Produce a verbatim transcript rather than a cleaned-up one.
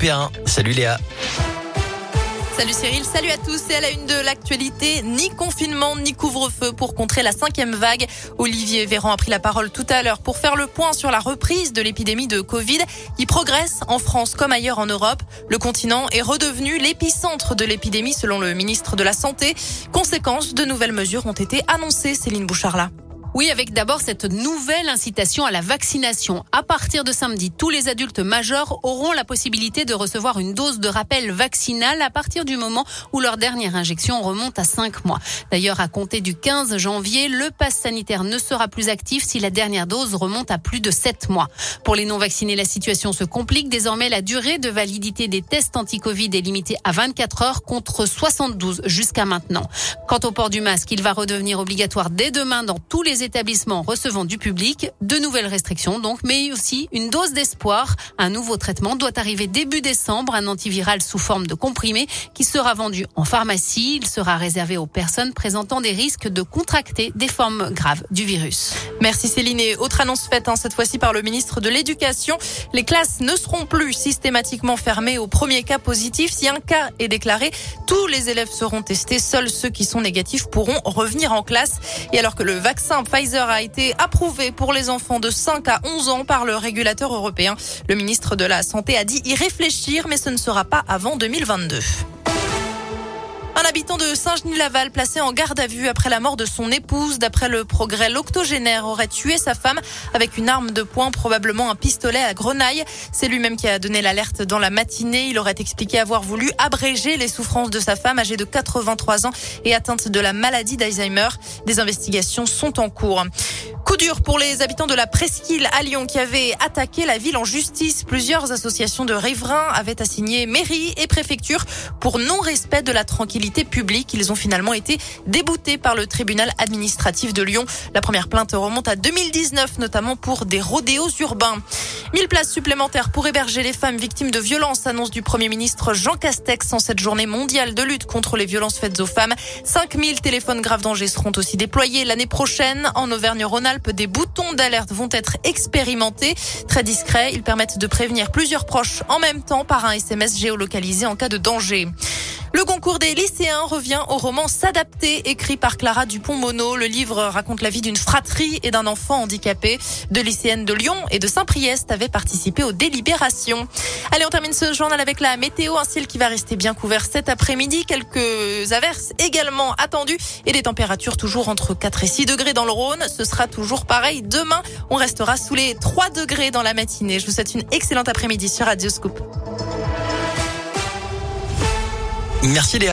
un. Salut Léa. Salut Cyril, salut à tous. Et à la une de l'actualité, ni confinement ni couvre-feu pour contrer la cinquième vague. Olivier Véran a pris la parole tout à l'heure pour faire le point sur la reprise de l'épidémie de Covid. Il progresse en France comme ailleurs en Europe. Le continent est redevenu l'épicentre de l'épidémie selon le ministre de la Santé. Conséquence, de nouvelles mesures ont été annoncées. Céline Bouchard-là. Oui, avec d'abord cette nouvelle incitation à la vaccination. À partir de samedi, tous les adultes majeurs auront la possibilité de recevoir une dose de rappel vaccinal à partir du moment où leur dernière injection remonte à cinq mois. D'ailleurs, à compter du quinze janvier, le pass sanitaire ne sera plus actif si la dernière dose remonte à plus de sept mois. Pour les non-vaccinés, la situation se complique. Désormais, la durée de validité des tests anti-Covid est limitée à vingt-quatre heures contre soixante-douze jusqu'à maintenant. Quant au port du masque, il va redevenir obligatoire dès demain dans tous les établissements recevant du public. De nouvelles restrictions donc, mais aussi une dose d'espoir. Un nouveau traitement doit arriver début décembre, un antiviral sous forme de comprimé qui sera vendu en pharmacie. Il sera réservé aux personnes présentant des risques de contracter des formes graves du virus. Merci Céline. Et autre annonce faite hein, cette fois-ci par le ministre de l'Éducation. Les classes ne seront plus systématiquement fermées au premier cas positif. Si un cas est déclaré, tous les élèves seront testés. Seuls ceux qui sont négatifs pourront revenir en classe. Et alors que le vaccin Pfizer a été approuvé pour les enfants de cinq à onze ans par le régulateur européen, le ministre de la Santé a dit y réfléchir, mais ce ne sera pas avant deux mille vingt-deux. Un habitant de Saint-Genis-Laval placé en garde à vue après la mort de son épouse. D'après le Progrès, l'octogénaire aurait tué sa femme avec une arme de poing, probablement un pistolet à grenaille. C'est lui-même qui a donné l'alerte dans la matinée. Il aurait expliqué avoir voulu abréger les souffrances de sa femme âgée de quatre-vingt-trois ans et atteinte de la maladie d'Alzheimer. Des investigations sont en cours. Coup dur pour les habitants de la Presqu'île à Lyon qui avaient attaqué la ville en justice. Plusieurs associations de riverains avaient assigné mairie et préfecture pour non-respect de la tranquillité publique. Ils ont finalement été déboutés par le tribunal administratif de Lyon. La première plainte remonte à deux mille dix-neuf, notamment pour des rodéos urbains. mille places supplémentaires pour héberger les femmes victimes de violences, annonce du Premier ministre Jean Castex en cette journée mondiale de lutte contre les violences faites aux femmes. cinq mille téléphones grave danger seront aussi déployés l'année prochaine. En Auvergne-Rhône-Alpes, des boutons d'alerte vont être expérimentés. Très discrets, ils permettent de prévenir plusieurs proches en même temps par un S M S géolocalisé en cas de danger. Le concours des lycéens revient au roman S'adapter, écrit par Clara Dupont-Mono. Le livre raconte la vie d'une fratrie et d'un enfant handicapé. Deux lycéennes de Lyon et de Saint-Priest avaient participé aux délibérations. Allez, on termine ce journal avec la météo. Un ciel qui va rester bien couvert cet après-midi. Quelques averses également attendues et des températures toujours entre quatre et six degrés dans le Rhône. Ce sera toujours pareil demain. On restera sous les trois degrés dans la matinée. Je vous souhaite une excellente après-midi sur Radio Scoop. Merci Léa.